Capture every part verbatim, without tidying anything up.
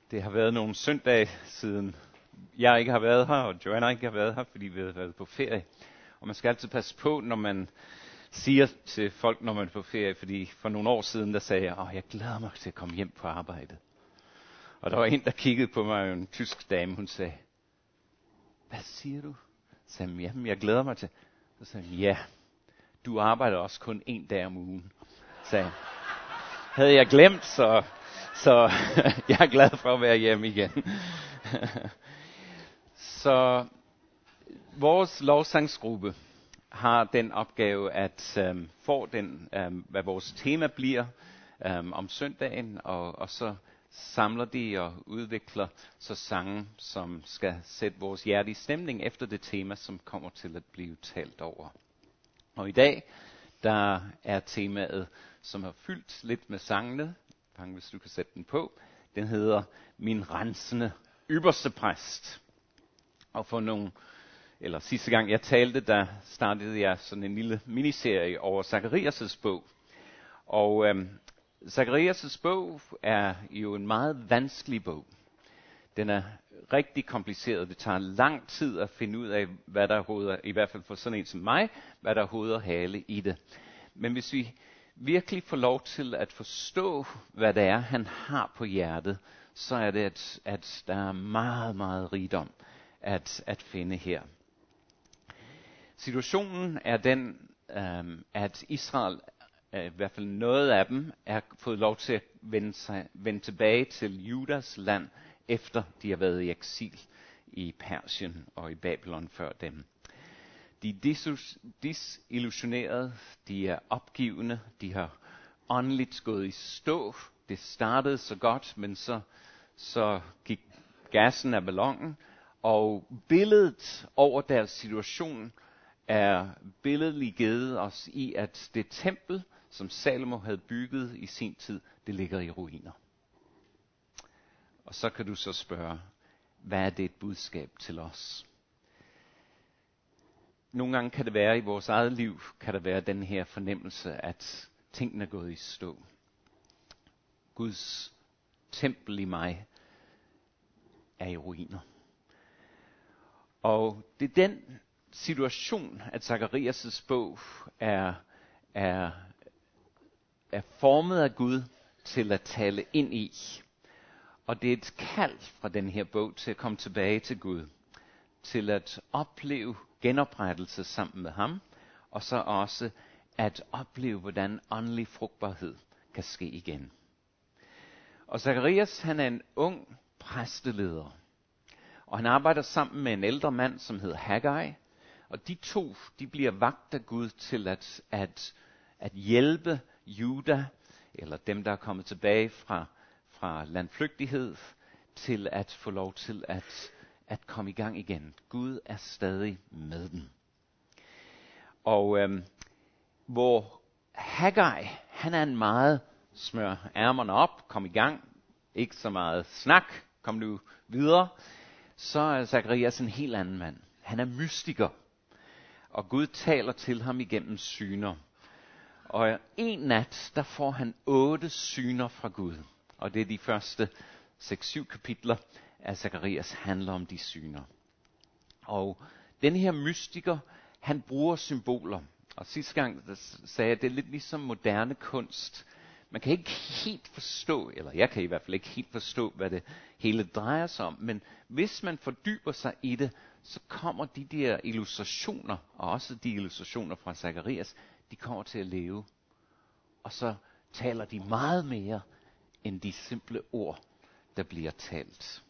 Det har været nogle søndage siden jeg ikke har været her, og Joanna ikke har været her, fordi vi har været på ferie. Og man skal altid passe på, når man siger til folk, når man er på ferie, fordi for nogle år siden, der sagde jeg, åh, jeg glæder mig til at komme hjem på arbejde. Og der var en, der kiggede på mig, en tysk dame, hun sagde, hvad siger du? Så sagde jeg, jamen, jeg glæder mig til. Så sagde jeg, ja, du arbejder også kun en dag om ugen. Så sagde jeg, havde jeg glemt, så... Så jeg er glad for at være hjemme igen. Så vores lovsangsgruppe har den opgave at øhm, få den, øhm, hvad vores tema bliver øhm, om søndagen, og, og så samler de og udvikler så sange, som skal sætte vores hjerte i stemning efter det tema, som kommer til at blive talt over. Og i dag, der er temaet, som har fyldt lidt med sangene, hvis du kan sætte den på. Den hedder Min rensende ypperste præst. Og for nogle, eller sidste gang jeg talte, der startede jeg sådan en lille miniserie over Zacharias' bog. Og øhm, Zacharias' bog er jo en meget vanskelig bog. Den er rigtig kompliceret. Det tager lang tid at finde ud af, hvad der er hoved, i hvert fald for sådan en som mig, hvad der er hoved og hale i det. Men hvis vi virkelig får lov til at forstå, hvad det er, han har på hjertet, så er det, at, at der er meget, meget rigdom at, at finde her. Situationen er den, øhm, at Israel, øh, i hvert fald noget af dem, er fået lov til at vende, sig, vende tilbage til Judas land, efter de har været i eksil i Persien og i Babylon før dem. De er disillusionerede, de er opgivende, de har åndeligt gået i stå. Det startede så godt, men så, så gik gassen af ballonen, og billedet over deres situation er billedligt givet os i, at det tempel, som Salomo havde bygget i sin tid, det ligger i ruiner. Og så kan du så spørge, hvad er det et budskab til os? Nogle gange kan det være i vores eget liv, kan der være den her fornemmelse, at tingene er gået i stå. Guds tempel i mig er i ruiner. Og det er den situation, at Zacharias' bog er, er, er formet af Gud til at tale ind i. Og det er et kald fra den her bog til at komme tilbage til Gud. Til at opleve genoprettelse sammen med ham, og så også at opleve, hvordan åndelig frugtbarhed kan ske igen. Og Zacharias, han er en ung præsteleder, og han arbejder sammen med en ældre mand, som hedder Haggai, og de to, de bliver vagt af Gud til at, at, at hjælpe Juda, eller dem, der er kommet tilbage fra, fra landflygtighed, til at få lov til at at komme i gang igen. Gud er stadig med dem. Og øhm, hvor Haggai, han er en meget smør ærmerne op, kom i gang, ikke så meget snak, kom nu videre, så er Zacharias en helt anden mand. Han er mystiker, og Gud taler til ham igennem syner. Og en nat, der får han otte syner fra Gud, og det er de første seks syv kapitler, at Zacharias handler om de syner. Og den her mystiker, han bruger symboler. Og sidste gang der sagde jeg, at det er lidt ligesom moderne kunst. Man kan ikke helt forstå, eller jeg kan i hvert fald ikke helt forstå, hvad det hele drejer sig om. Men hvis man fordyber sig i det, så kommer de der illustrationer, og også de illustrationer fra Zacharias, de kommer til at leve. Og så taler de meget mere end de simple ord, der bliver talt.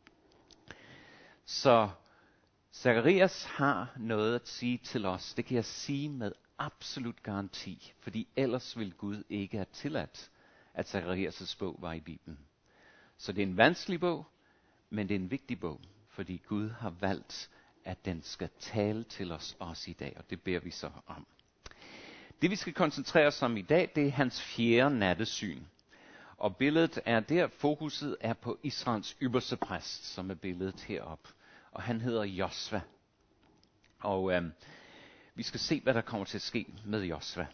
Så Zacharias har noget at sige til os. Det kan jeg sige med absolut garanti, fordi ellers vil Gud ikke have tilladt, at Zacharias' bog var i Bibelen. Så det er en vanskelig bog, men det er en vigtig bog, fordi Gud har valgt, at den skal tale til os også i dag, og det beder vi så om. Det vi skal koncentrere os om i dag, det er hans fjerde nattesyn. Og billedet er der, fokuset er på Israels ypperste præst, som er billedet heroppe. Og han hedder Josva. Og øhm, vi skal se, hvad der kommer til at ske med Josva.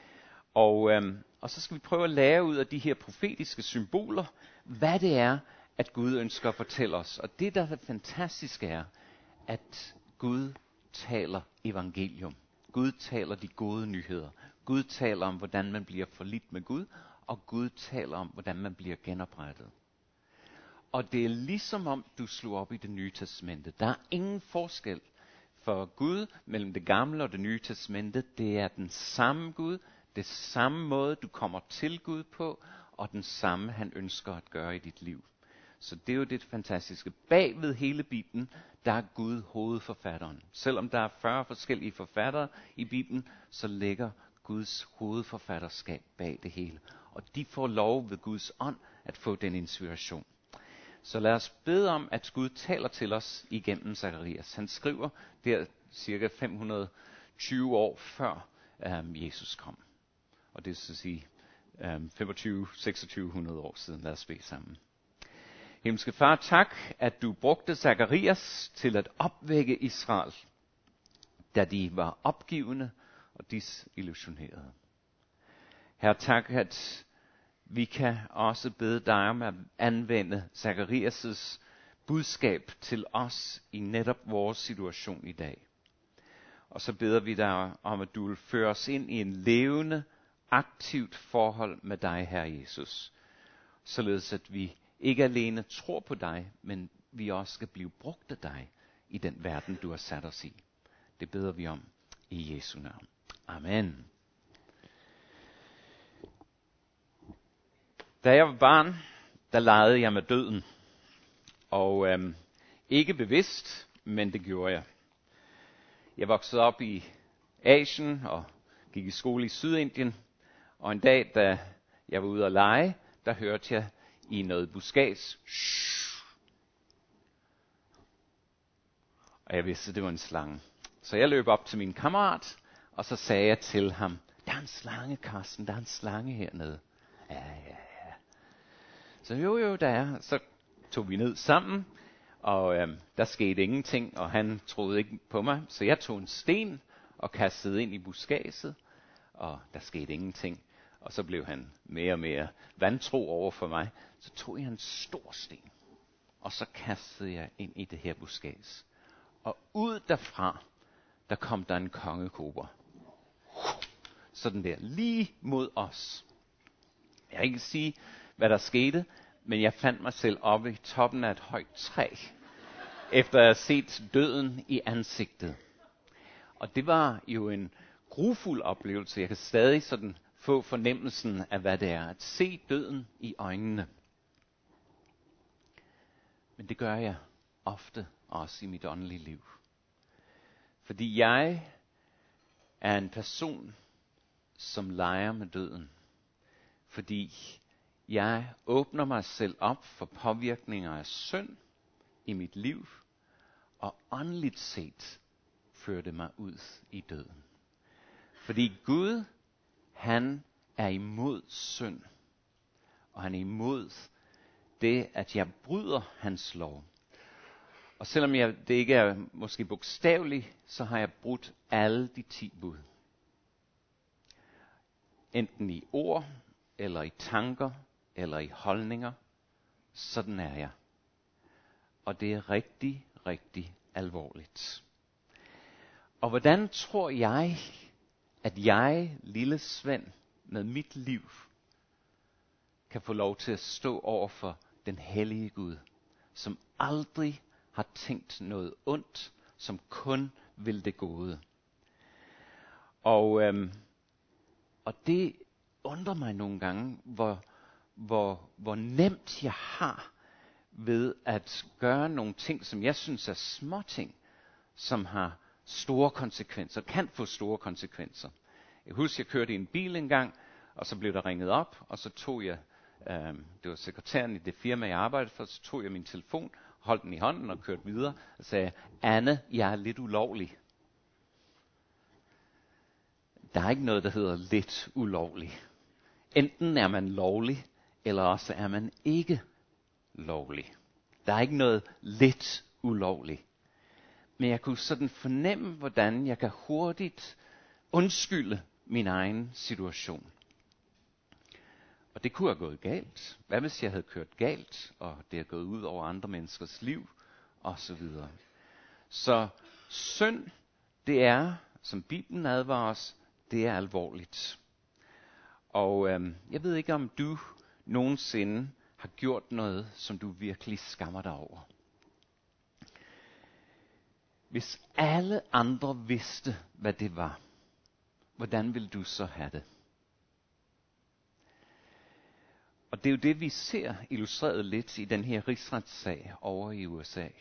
Og, øhm, og så skal vi prøve at lære ud af de her profetiske symboler, hvad det er, at Gud ønsker at fortælle os. Og det, der er fantastisk, er, at Gud taler evangelium. Gud taler de gode nyheder. Gud taler om, hvordan man bliver forlidt med Gud, og Gud taler om, hvordan man bliver genoprettet. Og det er ligesom om, du slår op i det nye testamente. Der er ingen forskel for Gud mellem det gamle og det nye testamente. Det er den samme Gud, det samme måde, du kommer til Gud på, og den samme, han ønsker at gøre i dit liv. Så det er jo det fantastiske. Bag ved hele Bibelen, der er Gud hovedforfatteren. Selvom der er fyrre forskellige forfattere i Bibelen, så ligger Guds hovedforfatterskab bag det hele. Og de får lov ved Guds ånd at få den inspiration. Så lad os bede om, at Gud taler til os igennem Zakarias. Han skriver der cirka fem hundrede og tyve år før um, Jesus kom. Og det vil sige um, femogtyve til seksogtyve hundrede år siden. Lad os bede sammen. Himmelske Far, tak, at du brugte Zakarias til at opvække Israel, da de var opgivende og disillusionerede. Herre, tak, at vi kan også bede dig om at anvende Zakarias' budskab til os i netop vores situation i dag. Og så beder vi dig om, at du vil føre os ind i en levende, aktivt forhold med dig, Herre Jesus. Således at vi ikke alene tror på dig, men vi også skal blive brugt af dig i den verden, du har sat os i. Det beder vi om i Jesu navn. Amen. Da jeg var barn, der legede jeg med døden. Og øhm, ikke bevidst, men det gjorde jeg. Jeg voksede op i Asien og gik i skole i Sydindien. Og en dag, da jeg var ude at lege, der hørte jeg i noget buskads. Og jeg vidste, det var en slange. Så jeg løb op til min kammerat, og så sagde jeg til ham, der er en slange, Carsten, der er en slange hernede. Ja, ja, ja. Så jo, jo, der er. Så tog vi ned sammen, og øhm, der skete ingenting, og han troede ikke på mig. Så jeg tog en sten og kastede ind i buskadset, og der skete ingenting. Og så blev han mere og mere vantro over for mig. Så tog jeg en stor sten, og så kastede jeg ind i det her buskads. Og ud derfra, der kom der en kongekobra. Sådan der, lige mod os. Jeg kan ikke sige, hvad der skete, men jeg fandt mig selv oppe i toppen af et højt træ, efter at have set døden i ansigtet. Og det var jo en grufuld oplevelse. Jeg kan stadig sådan få fornemmelsen af, hvad det er at se døden i øjnene. Men det gør jeg ofte også i mit åndelige liv. Fordi jeg er en person, som leger med døden. Fordi jeg åbner mig selv op for påvirkninger af synd i mit liv, og åndeligt set fører det mig ud i døden. Fordi Gud, han er imod synd, og han er imod det, at jeg bryder hans lov. Og selvom jeg, det ikke er måske bogstaveligt, så har jeg brudt alle de ti bud. Enten i ord, eller i tanker, eller i holdninger. Sådan er jeg. Og det er rigtig, rigtig alvorligt. Og hvordan tror jeg, at jeg, lille Svend, med mit liv, kan få lov til at stå over for den hellige Gud, som aldrig har tænkt noget ondt, som kun vil det gode. Og, øhm, og det undrer mig nogle gange, hvor, hvor, hvor nemt jeg har ved at gøre nogle ting, som jeg synes er små ting, som har store konsekvenser, kan få store konsekvenser. Jeg husker, jeg kørte i en bil engang, og så blev der ringet op, og så tog jeg, øh, det var sekretæren i det firma, jeg arbejdede for, så tog jeg min telefon, holdt den i hånden og kørte videre, og sagde, Anne, jeg er lidt ulovlig. Der er ikke noget, der hedder lidt ulovlig. Enten er man lovlig, eller også er man ikke lovlig. Der er ikke noget lidt ulovlig. Men jeg kunne sådan fornemme, hvordan jeg kan hurtigt undskylde min egen situation. Og det kunne have gået galt. Hvad hvis jeg havde kørt galt, og det er gået ud over andre menneskers liv, og så videre. Så synd, det er, som Bibelen advarer os, det er alvorligt. Og øhm, jeg ved ikke, om du nogensinde har gjort noget, som du virkelig skammer dig over. Hvis alle andre vidste, hvad det var, hvordan ville du så have det? Og det er jo det, vi ser illustreret lidt i den her rigsretssag over i U S A.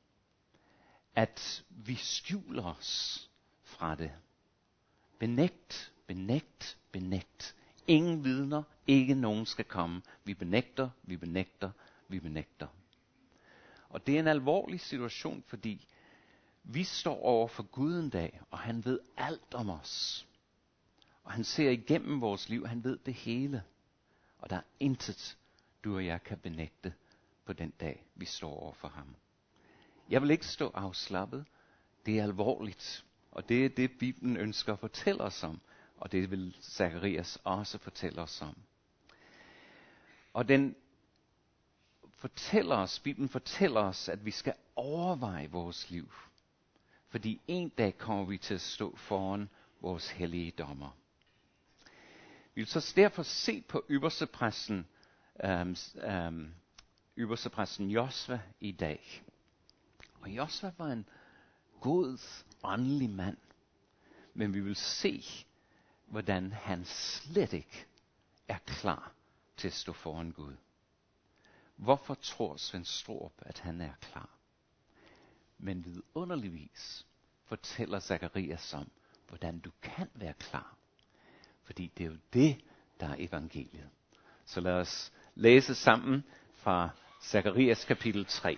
At vi skjuler os fra det. Benægt, benægt, benægt. Ingen vidner, ikke nogen skal komme. Vi benægter, vi benægter, vi benægter. Og det er en alvorlig situation, fordi vi står over for Gud en dag, og han ved alt om os. Og han ser igennem vores liv, han ved det hele. Og der er intet, du og jeg kan benægte på den dag, vi står over for ham. Jeg vil ikke stå afslappet. Det er alvorligt. Og det er det, Bibelen ønsker at fortælle os om. Og det vil Zakarias også fortælle os om. Og den fortæller os, Bibelen fortæller os, at vi skal overveje vores liv. Fordi en dag kommer vi til at stå foran vores hellige dommer. Vi vil så derfor se på ypperstepræsten, øhm, øhm, ypperstepræsten Josva i dag. Og Josva var en god, åndelig mand. Men vi vil se, hvordan han slet ikke er klar til at stå foran Gud. Hvorfor tror Svend Straarup, at han er klar? Men vidunderligvis fortæller Zakarias om, hvordan du kan være klar. Fordi det er jo det, der er evangeliet. Så lad os læse sammen fra Zakarias kapitel tre.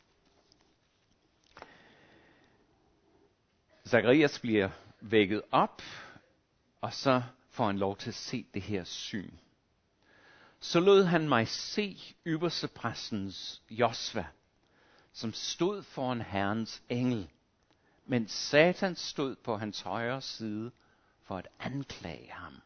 Zakarias bliver vækket op, og så får han lov til at se det her syn. Så lod han mig se ypperstepræstens Josva, som stod foran Herrens engel, mens Satan stod på hans højre side for at anklage ham.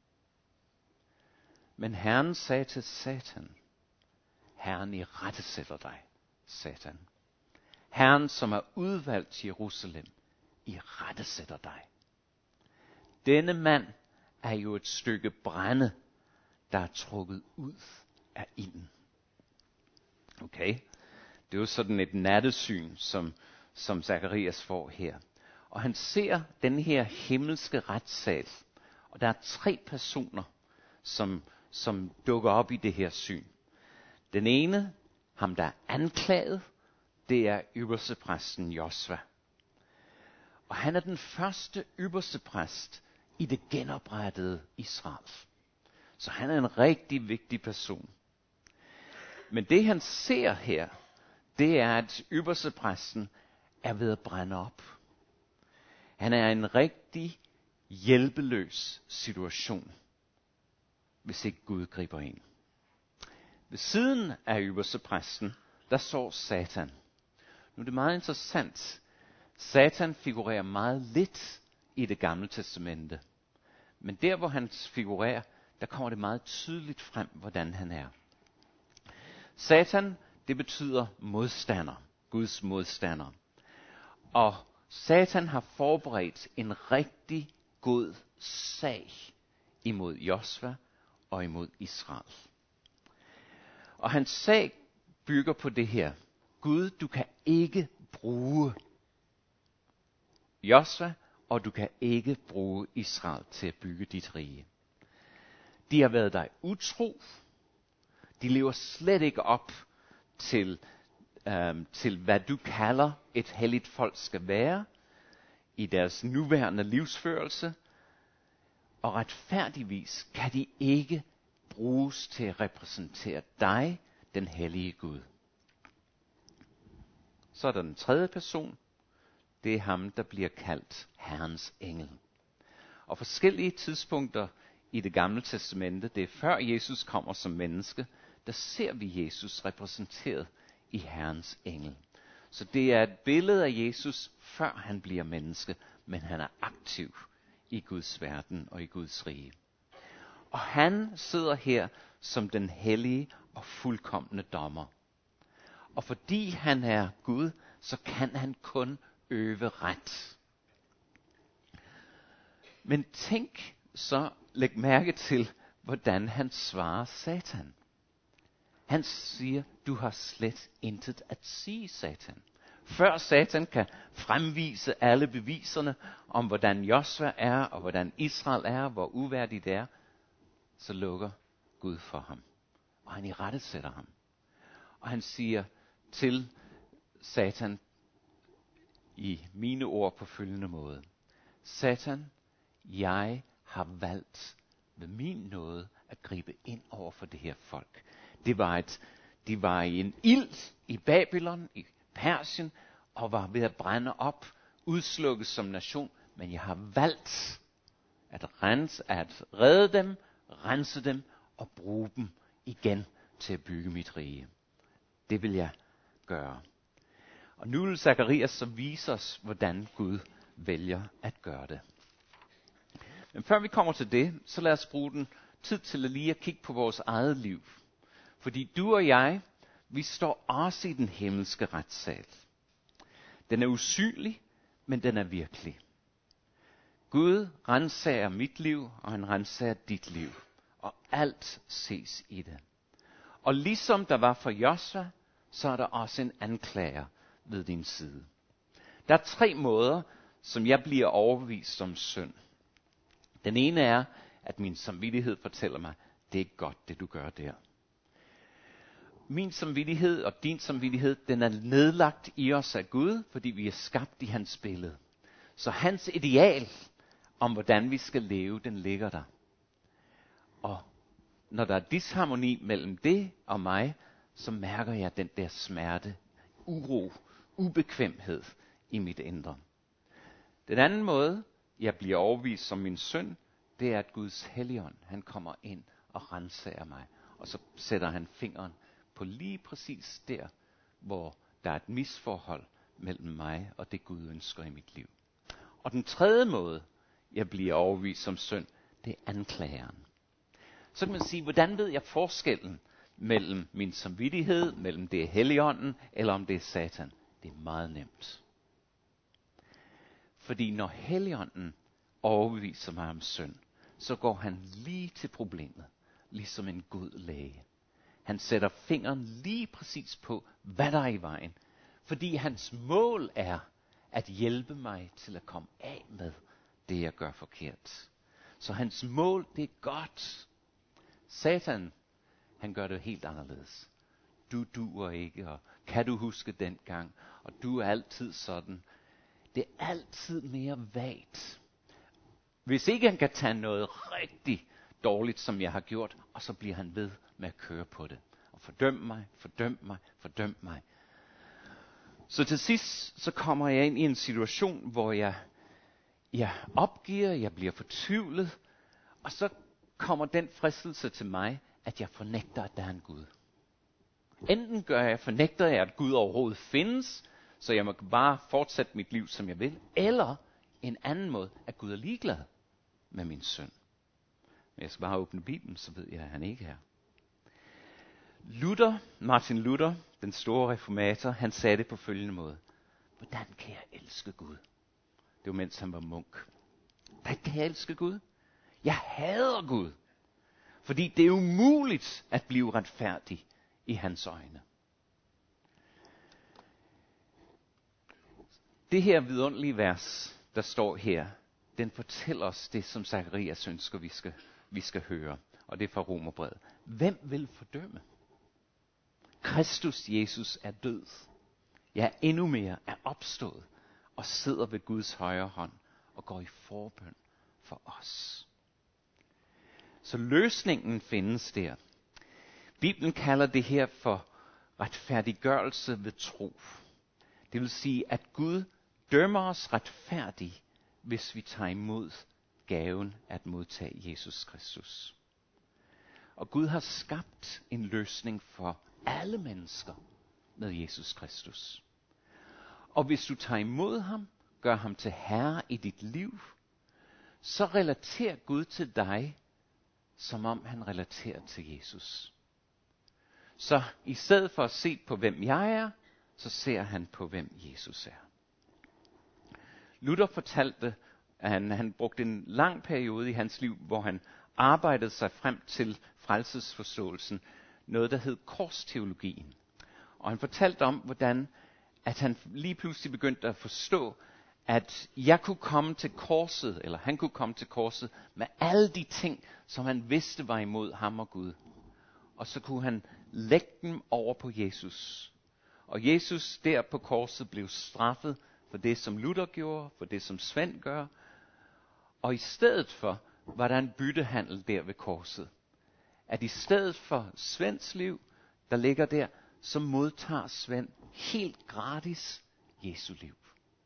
Men Herren sagde til Satan, Herren irettesætter dig, Satan. Herren, som er udvalgt til Jerusalem, irettesætter dig. Denne mand er jo et stykke brænde, der er trukket ud af ilden. Okay, det er jo sådan et nattesyn, som, som Zakarias får her. Og han ser den her himmelske retssal. Og der er tre personer, som, som dukker op i det her syn. Den ene, ham der er anklaget, det er ypperstepræsten Josva. Og han er den første ypperstepræst i det genoprettede Israel. Så han er en rigtig vigtig person. Men det han ser her, det er, at ypperstepræsten er ved at brænde op. Han er i en rigtig hjælpeløs situation, hvis ikke Gud griber ind. Ved siden af ypperstepræsten, der så Satan. Nu er det meget interessant. Satan figurerer meget lidt i det gamle testamente. Men der, hvor han figurerer, der kommer det meget tydeligt frem, hvordan han er. Satan, det betyder modstander. Guds modstander. Og Satan har forberedt en rigtig god sag imod Josva og imod Israel. Og hans sag bygger på det her. Gud, du kan ikke bruge Josva, og du kan ikke bruge Israel til at bygge dit rige. De har været dig utro. De lever slet ikke op til, øhm, til hvad du kalder et helligt folk skal være i deres nuværende livsførelse. Og retfærdigvis kan de ikke bruges til at repræsentere dig, den hellige Gud. Så er der den tredje person. Det er ham, der bliver kaldt Herrens engel. Og forskellige tidspunkter i det gamle testamente, det er før Jesus kommer som menneske, der ser vi Jesus repræsenteret i Herrens engel. Så det er et billede af Jesus, før han bliver menneske, men han er aktiv i Guds verden og i Guds rige. Og han sidder her som den hellige og fuldkomne dommer. Og fordi han er Gud, så kan han kun øve ret. Men tænk så, læg mærke til, hvordan han svarer Satan. Han siger, du har slet intet at sige, Satan. Før Satan kan fremvise alle beviserne om, hvordan Josua er, og hvordan Israel er, hvor uværdigt det er, så lukker Gud for ham. Og han irettesætter ham. Og han siger til Satan i mine ord på følgende måde. Satan, jeg har valgt ved min nåde at gribe ind over for det her folk. Det var, et, de var i en ild i Babylon, i Persien, og var ved at brænde op, udslukkes som nation. Men jeg har valgt at, rense, at redde dem, rense dem og bruge dem igen til at bygge mit rige. Det vil jeg gøre. Og nu vil Zakarias så vise os, hvordan Gud vælger at gøre det. Men før vi kommer til det, så lad os bruge den tid til at lige at kigge på vores eget liv. Fordi du og jeg, vi står også i den himmelske retssal. Den er usynlig, men den er virkelig. Gud renser mit liv, og han renser dit liv. Og alt ses i det. Og ligesom der var for Josua, så er der også en anklager ved din side. Der er tre måder, som jeg bliver overbevist som synd. Den ene er, at min samvittighed fortæller mig, det er godt, det du gør der. Min samvittighed og din samvittighed, den er nedlagt i os af Gud, fordi vi er skabt i hans billede. Så hans ideal om, hvordan vi skal leve, den ligger der. Og når der er disharmoni mellem det og mig, så mærker jeg den der smerte, uro, ubekvemhed i mit indre. Den anden måde, jeg bliver overbevist som min synd, det er, at Guds Helligånd, han kommer ind og renser mig. Og så sætter han fingeren på lige præcis der, hvor der er et misforhold mellem mig og det Gud ønsker i mit liv. Og den tredje måde, jeg bliver overbevist som synd, det er anklageren. Så kan man sige, hvordan ved jeg forskellen mellem min samvittighed, mellem det er Helligånden, eller om det er Satan? Det er meget nemt. Fordi når Helligånden overbeviser mig om synd, så går han lige til problemet, ligesom en god læge. Han sætter fingeren lige præcis på, hvad der er i vejen. Fordi hans mål er at hjælpe mig til at komme af med det, jeg gør forkert. Så hans mål, det er godt. Satan, han gør det helt anderledes. Du duer ikke, og kan du huske dengang, og du er altid sådan. Det er altid mere vagt. Hvis ikke han kan tage noget rigtig dårligt, som jeg har gjort, og så bliver han ved med at køre på det. Og fordømme mig, fordømme mig, fordømme mig. Så til sidst, så kommer jeg ind i en situation, hvor jeg, jeg opgiver, jeg bliver fortvivlet, og så kommer den fristelse til mig, at jeg fornægter, at der er en Gud. Enten gør jeg, fornægter jeg, at Gud overhovedet findes, så jeg må bare fortsætte mit liv, som jeg vil, eller en anden måde, at Gud er ligeglad med min synd. Men jeg skal bare åbne Bibelen, så ved jeg, at han ikke er. Luther, Martin Luther, den store reformator, han sagde det på følgende måde. Hvordan kan jeg elske Gud? Det var mens han var munk. Hvordan kan jeg elske Gud? Jeg hader Gud. Fordi det er umuligt at blive retfærdig i hans øjne. Det her vidunderlige vers, der står her, den fortæller os det, som Zakarias ønsker, vi skal, vi skal høre. Og det er fra Romerbrevet. Hvem vil fordømme? Kristus Jesus er død. Ja, endnu mere er opstået og sidder ved Guds højre hånd og går i forbøn for os. Så løsningen findes der. Bibelen kalder det her for retfærdiggørelse ved tro. Det vil sige, at Gud dømmer os retfærdigt, hvis vi tager imod gaven at modtage Jesus Kristus. Og Gud har skabt en løsning for alle mennesker med Jesus Kristus. Og hvis du tager imod ham, gør ham til herre i dit liv, så relaterer Gud til dig som om han relaterer til Jesus. Så i stedet for at se på, hvem jeg er, så ser han på, hvem Jesus er. Luther fortalte, at han, han brugte en lang periode i hans liv, hvor han arbejdede sig frem til frelsesforståelsen, noget der hed korsteologien. Og han fortalte om, hvordan at han lige pludselig begyndte at forstå, at jeg kunne komme til korset, eller han kunne komme til korset, med alle de ting, som han vidste var imod ham og Gud. Og så kunne han lægge dem over på Jesus. Og Jesus der på korset blev straffet for det, som Luther gjorde, for det, som Svend gør. Og i stedet for var der en byttehandel der ved korset. At i stedet for Svends liv, der ligger der, så modtager Svend helt gratis Jesu liv.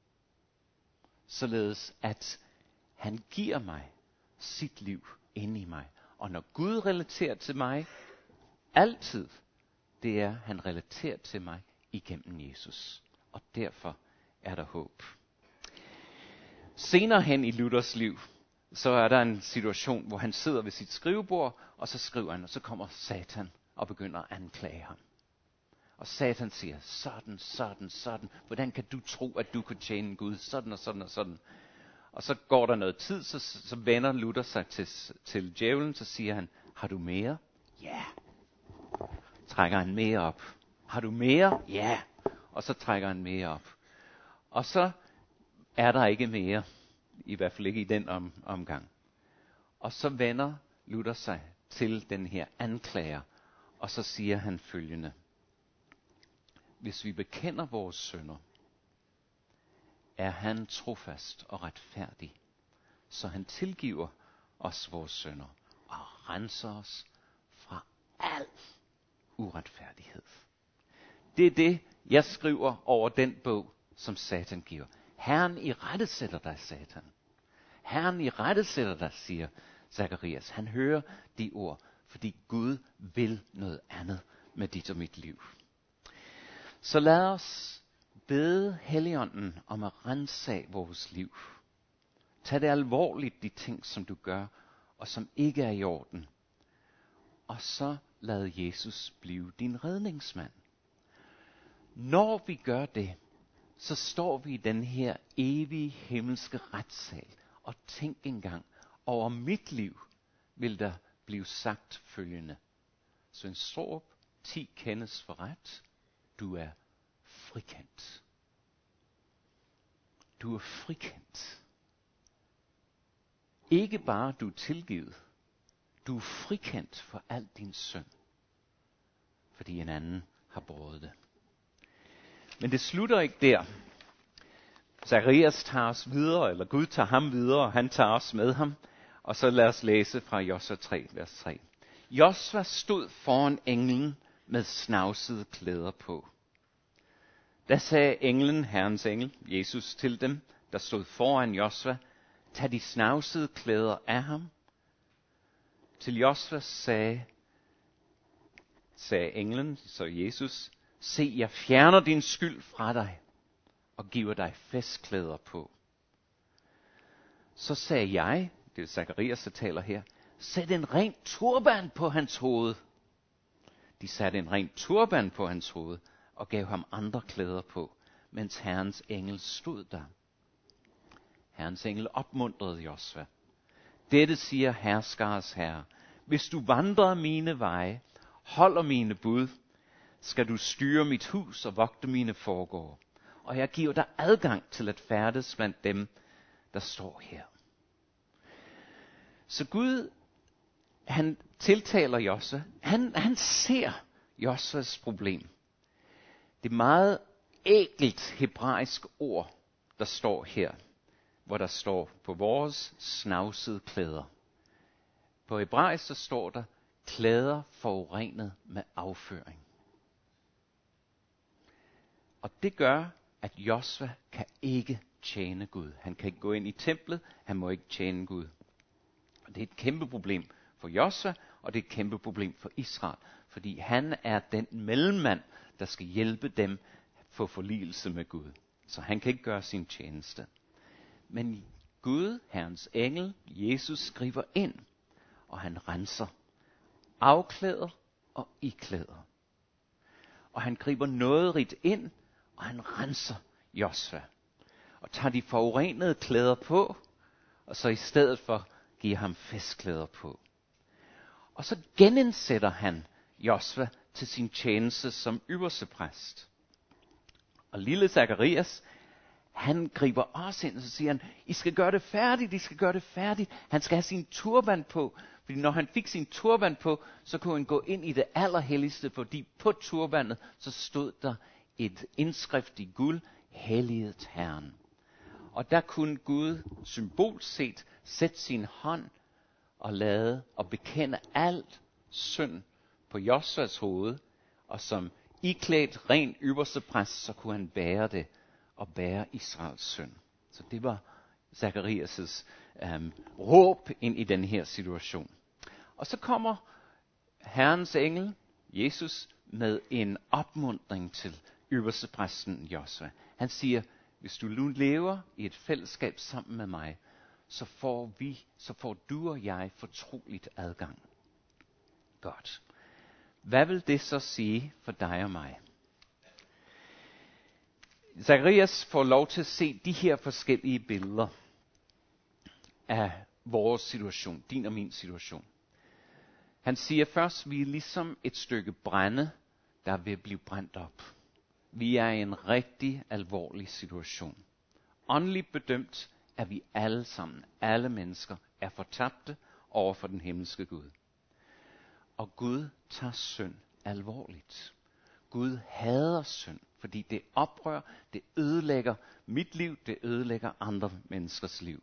Således at han giver mig sit liv inde i mig. Og når Gud relaterer til mig, altid, det er, han relaterer til mig igennem Jesus. Og derfor er der håb. Senere hen i Luthers liv, så er der en situation, hvor han sidder ved sit skrivebord, og så skriver han, og så kommer Satan og begynder at anklage ham. Og Satan siger, sådan, sådan, sådan. Hvordan kan du tro, at du kan tjene Gud? Sådan og sådan og sådan. Og så går der noget tid, så, så vender Luther sig til, til djævlen, så siger han, har du mere? Ja. Trækker han mere op. Har du mere? Ja. Og så trækker han mere op. Og så er der ikke mere. I hvert fald ikke i den om, omgang. Og så vender Luther sig til den her anklager. Og så siger han følgende. Hvis vi bekender vores synder, er han trofast og retfærdig, så han tilgiver os vores synder og renser os fra al uretfærdighed. Det er det, jeg skriver over den bog, som Satan giver. Herren irettesætter dig, Satan. Herren irettesætter dig, siger Zakarias. Han hører de ord, fordi Gud vil noget andet med dit og mit liv. Så lad os bede Helligånden om at ransage vores liv. Tag det alvorligt, de ting, som du gør, og som ikke er i orden. Og så lad Jesus blive din redningsmand. Når vi gør det, så står vi i den her evige himmelske retssal. Og tænk engang, over mit liv vil der blive sagt følgende. Svend Straarup, ti kendes for ret. Du er frikendt. Du er frikendt. Ikke bare du er tilgivet. Du er frikendt for al din synd. Fordi en anden har båret det. Men det slutter ikke der. Zakarias tager os videre, eller Gud tager ham videre, og han tager os med ham. Og så lad os læse fra Josua tre, vers tre. Josua stod foran englen med snavsede klæder på. Da sagde englen, Herrens engel, Jesus til dem, der stod foran Josua, tag de snavsede klæder af ham. Til Josua sagde, sagde englen, så Jesus, se, jeg fjerner din skyld fra dig, og giver dig festklæder på. Så sagde jeg, det er Zakarias, der taler her, sæt en ren turban på hans hoved. De satte en ren turban på hans hoved, og gav ham andre klæder på, mens Herrens engel stod der. Herrens engel opmuntrede Josua. Dette siger herskers herre. Hvis du vandrer mine veje, holder mine bud, skal du styre mit hus og vogte mine forgårde. Og jeg giver dig adgang til at færdes blandt dem, der står her. Så Gud, han tiltaler Josua. Han, han ser Josuas problem. Det er meget ækelt hebraisk ord, der står her, hvor der står på vores snavsede klæder. På hebraisk der står der, klæder forurenet med afføring. Og det gør, at Josua kan ikke tjene Gud. Han kan ikke gå ind i templet, han må ikke tjene Gud. Og det er et kæmpe problem for Josua, og det er et kæmpe problem for Israel. Fordi han er den mellemmand, der skal hjælpe dem få forligelse med Gud. Så han kan ikke gøre sin tjeneste. Men Gud, Herrens engel, Jesus skriver ind og han renser. Afklæder og iklæder. Og han griber nåderigt ind, og han renser Josva. Og tager de forurenede klæder på, og så i stedet for giver ham festklæder på. Og så genindsætter han Josva til sin tjeneste som ypperstepræst. Og lille Zakarias, han griber også ind, og så siger han, I skal gøre det færdigt, I skal gøre det færdigt. Han skal have sin turban på, fordi når han fik sin turban på, så kunne han gå ind i det allerhelligste, fordi på turbanet, så stod der et indskrift i guld, helliget Herren. Og der kunne Gud symbolsk set sætte sin hånd og lade og bekende alt synd på Josvas hoved, og som iklædt ren ypperstepræst, så kunne han bære det og bære Israels synd. Så det var Zakarias' øhm, råb ind i den her situation. Og så kommer Herrens engel, Jesus, med en opmuntring til ypperstepræsten Josva. Han siger, hvis du nu lever i et fællesskab sammen med mig, så får vi, så får du og jeg fortroligt adgang. Godt. Hvad vil det så sige for dig og mig? Zakarias får lov til at se de her forskellige billeder af vores situation, din og min situation. Han siger først, vi er ligesom et stykke brænde, der vil blive brændt op. Vi er i en rigtig alvorlig situation. Åndeligt bedømt er vi alle sammen, alle mennesker, er fortabte over for den himmelske Gud. Og Gud tager synd alvorligt. Gud hader synd, fordi det oprør, det ødelægger mit liv, det ødelægger andre menneskers liv.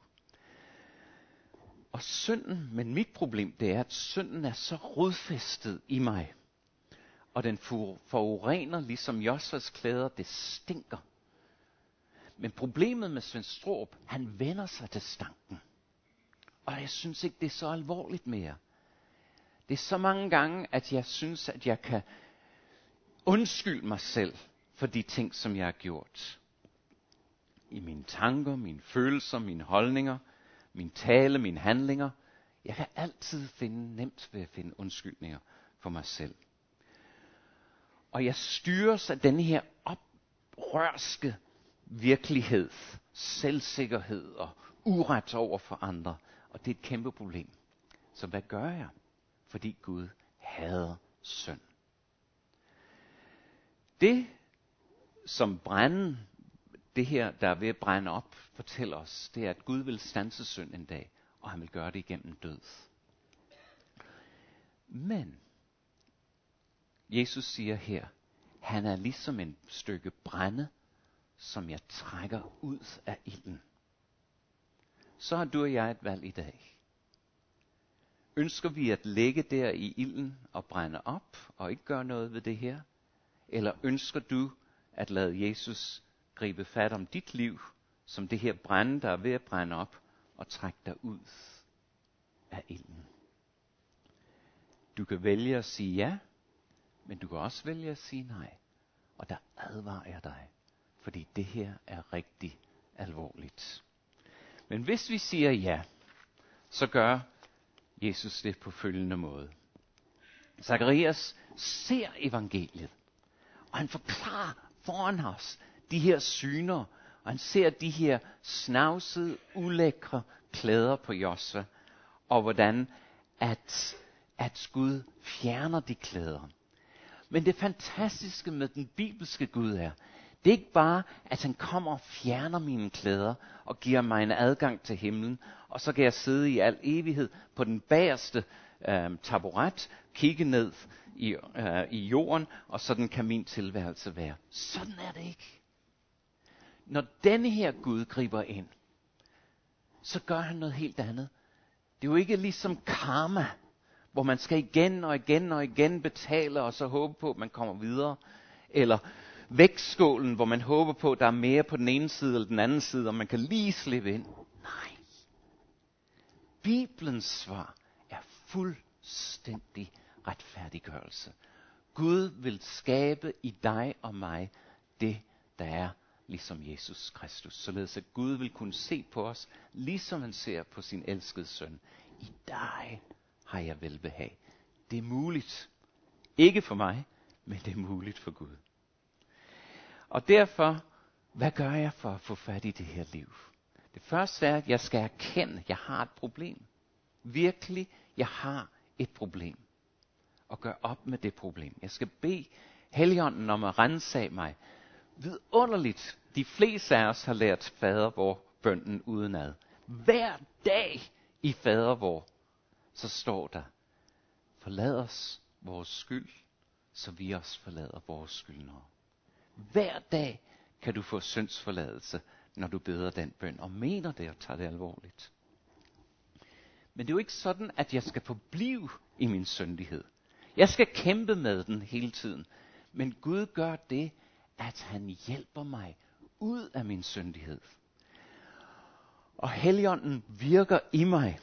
Og synden, men mit problem, det er, at synden er så rodfæstet i mig. Og den forurener, ligesom Josvas klæder, det stinker. Men problemet med Svend Straarup, han vender sig til stanken. Og jeg synes ikke, det er så alvorligt mere. Det er så mange gange, at jeg synes, at jeg kan undskylde mig selv for de ting, som jeg har gjort. I mine tanker, mine følelser, mine holdninger, min tale, mine handlinger. Jeg kan altid finde nemt ved at finde undskyldninger for mig selv. Og jeg styres af denne her oprørske virkelighed, selvsikkerhed og uret over for andre. Og det er et kæmpe problem. Så hvad gør jeg? Fordi Gud hader synd. Det, som branden, det her, der er ved at brænde op, fortæller os, det er, at Gud vil standse synd en dag, og han vil gøre det igennem død. Men Jesus siger her, han er ligesom en stykke brænde, som jeg trækker ud af ilden. Så har du og jeg et valg i dag. Ønsker vi at ligge der i ilden og brænde op, og ikke gøre noget ved det her? Eller ønsker du at lade Jesus gribe fat om dit liv, som det her brænde, der er ved at brænde op, og trække dig ud af ilden? Du kan vælge at sige ja, men du kan også vælge at sige nej. Og der advarer jeg dig, fordi det her er rigtig alvorligt. Men hvis vi siger ja, så gør Jesus det på følgende måde. Zakarias ser evangeliet, og han forklarer foran os de her syner, og han ser de her snavsede, ulækre klæder på Josva, og hvordan at, at Gud fjerner de klæder. Men det fantastiske med den bibelske Gud er, det er ikke bare, at han kommer og fjerner mine klæder og giver mig en adgang til himlen, og så kan jeg sidde i al evighed på den bagerste øh, taburet, kigge ned i, øh, i jorden, og sådan kan min tilværelse være. Sådan er det ikke. Når denne her Gud griber ind, så gør han noget helt andet. Det er jo ikke ligesom karma, hvor man skal igen og igen og igen betale, og så håbe på, at man kommer videre. Eller vægtskålen, hvor man håber på, at der er mere på den ene side eller den anden side, og man kan lige slippe ind. Nej. Bibelens svar er fuldstændig retfærdiggørelse. Gud vil skabe i dig og mig det, der er ligesom Jesus Kristus. Således at Gud vil kunne se på os, ligesom han ser på sin elskede søn. I dig har jeg velbehag. Det er muligt. Ikke for mig, men det er muligt for Gud. Og derfor, hvad gør jeg for at få fat i det her liv? Det første er, at jeg skal erkende, at jeg har et problem. Virkelig, jeg har et problem. Og gør op med det problem. Jeg skal bede Helligånden om at ransage mig. Vidunderligt, de fleste af os har lært fader vor bønnen udenad. Hver dag i fader vor, så står der, forlad os vores skyld, så vi også forlader vores skyldnere. Hver dag kan du få syndsforladelse, når du beder den bøn, og mener det og tager det alvorligt. Men det er jo ikke sådan, at jeg skal forblive i min syndighed. Jeg skal kæmpe med den hele tiden. Men Gud gør det, at han hjælper mig ud af min syndighed. Og Helligånden virker i mig.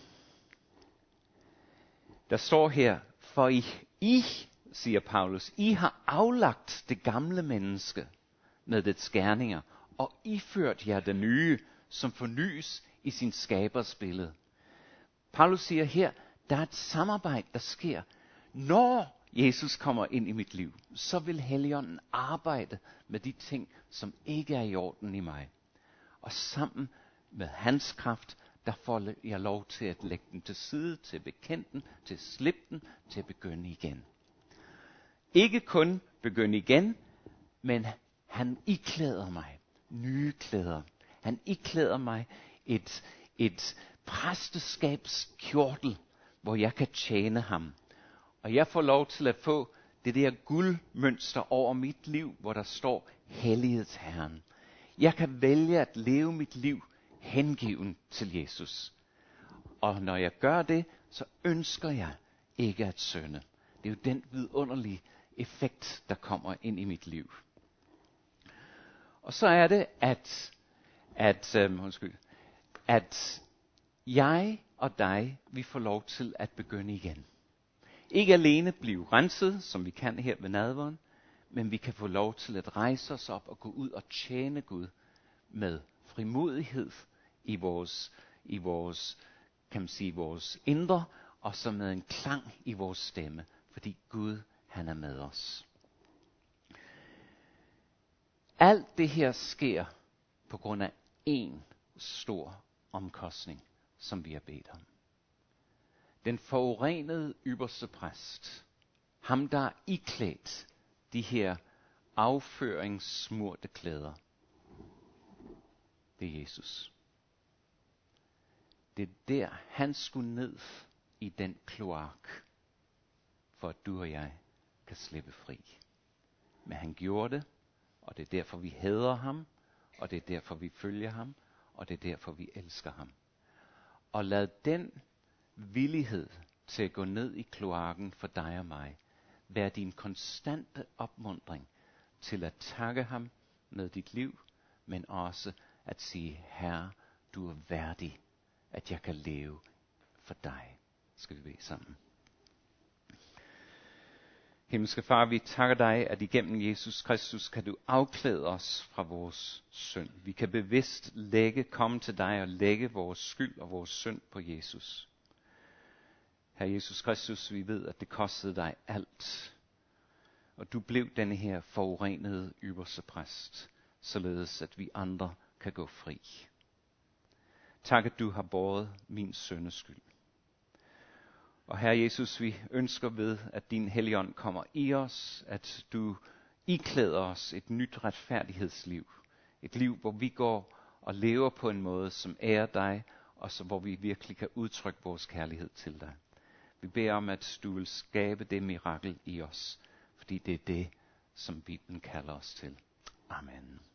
Der står her, for I, I, siger Paulus, I har aflagt det gamle menneske med dets gerninger, og iført jer det nye, som fornyes i sin skabers billede. Paulus siger her, der er et samarbejde, der sker. Når Jesus kommer ind i mit liv, så vil Helligånden arbejde med de ting, som ikke er i orden i mig. Og sammen med hans kraft, der får jeg lov til at lægge den til side, til at bekende den, til at slippe den, til at begynde igen. Ikke kun begynde igen, men han iklæder mig nye klæder. Han iklæder mig et, et præsteskabskjortel, hvor jeg kan tjene ham. Og jeg får lov til at få det der guldmønster over mit liv, hvor der står helliget Herren. Jeg kan vælge at leve mit liv hengiven til Jesus. Og når jeg gør det, så ønsker jeg ikke at synde. Det er jo den vidunderlige effekt, der kommer ind i mit liv. Og så er det, at, at, øhm, undskyld, at jeg og dig, vi får lov til at begynde igen. Ikke alene blive renset, som vi kan her ved nadveren, men vi kan få lov til at rejse os op og gå ud og tjene Gud med frimodighed i vores, i vores, kan man sige, vores indre, og så med en klang i vores stemme, fordi Gud, han er med os. Alt det her sker på grund af én stor omkostning, som vi har bedt om. Den forurenede ypperste præst, ham der er iklædt de her afføringssmurte klæder, det er Jesus. Det er der, han skulle ned i den kloak, for at du og jeg kan slippe fri. Men han gjorde det, og det er derfor, vi hader ham, og det er derfor, vi følger ham, og det er derfor, vi elsker ham. Og lad den villighed til at gå ned i kloakken for dig og mig være din konstante opmuntring til at takke ham med dit liv, men også at sige, Herre, du er værdig, at jeg kan leve for dig. Skal vi bede sammen. Himmelske Far, vi takker dig, at igennem Jesus Kristus kan du afklæde os fra vores synd. Vi kan bevidst lægge, komme til dig og lægge vores skyld og vores synd på Jesus. Herre Jesus Kristus, vi ved, at det kostede dig alt. Og du blev denne her forurenede ypperste præst, således at vi andre kan gå fri. Tak, at du har båret min syndeskyld. Og Herre Jesus, vi ønsker ved, at din Helligånd kommer i os, at du iklæder os et nyt retfærdighedsliv. Et liv, hvor vi går og lever på en måde, som ærer dig, og så, hvor vi virkelig kan udtrykke vores kærlighed til dig. Vi beder om, at du vil skabe det mirakel i os, fordi det er det, som Bibelen kalder os til. Amen.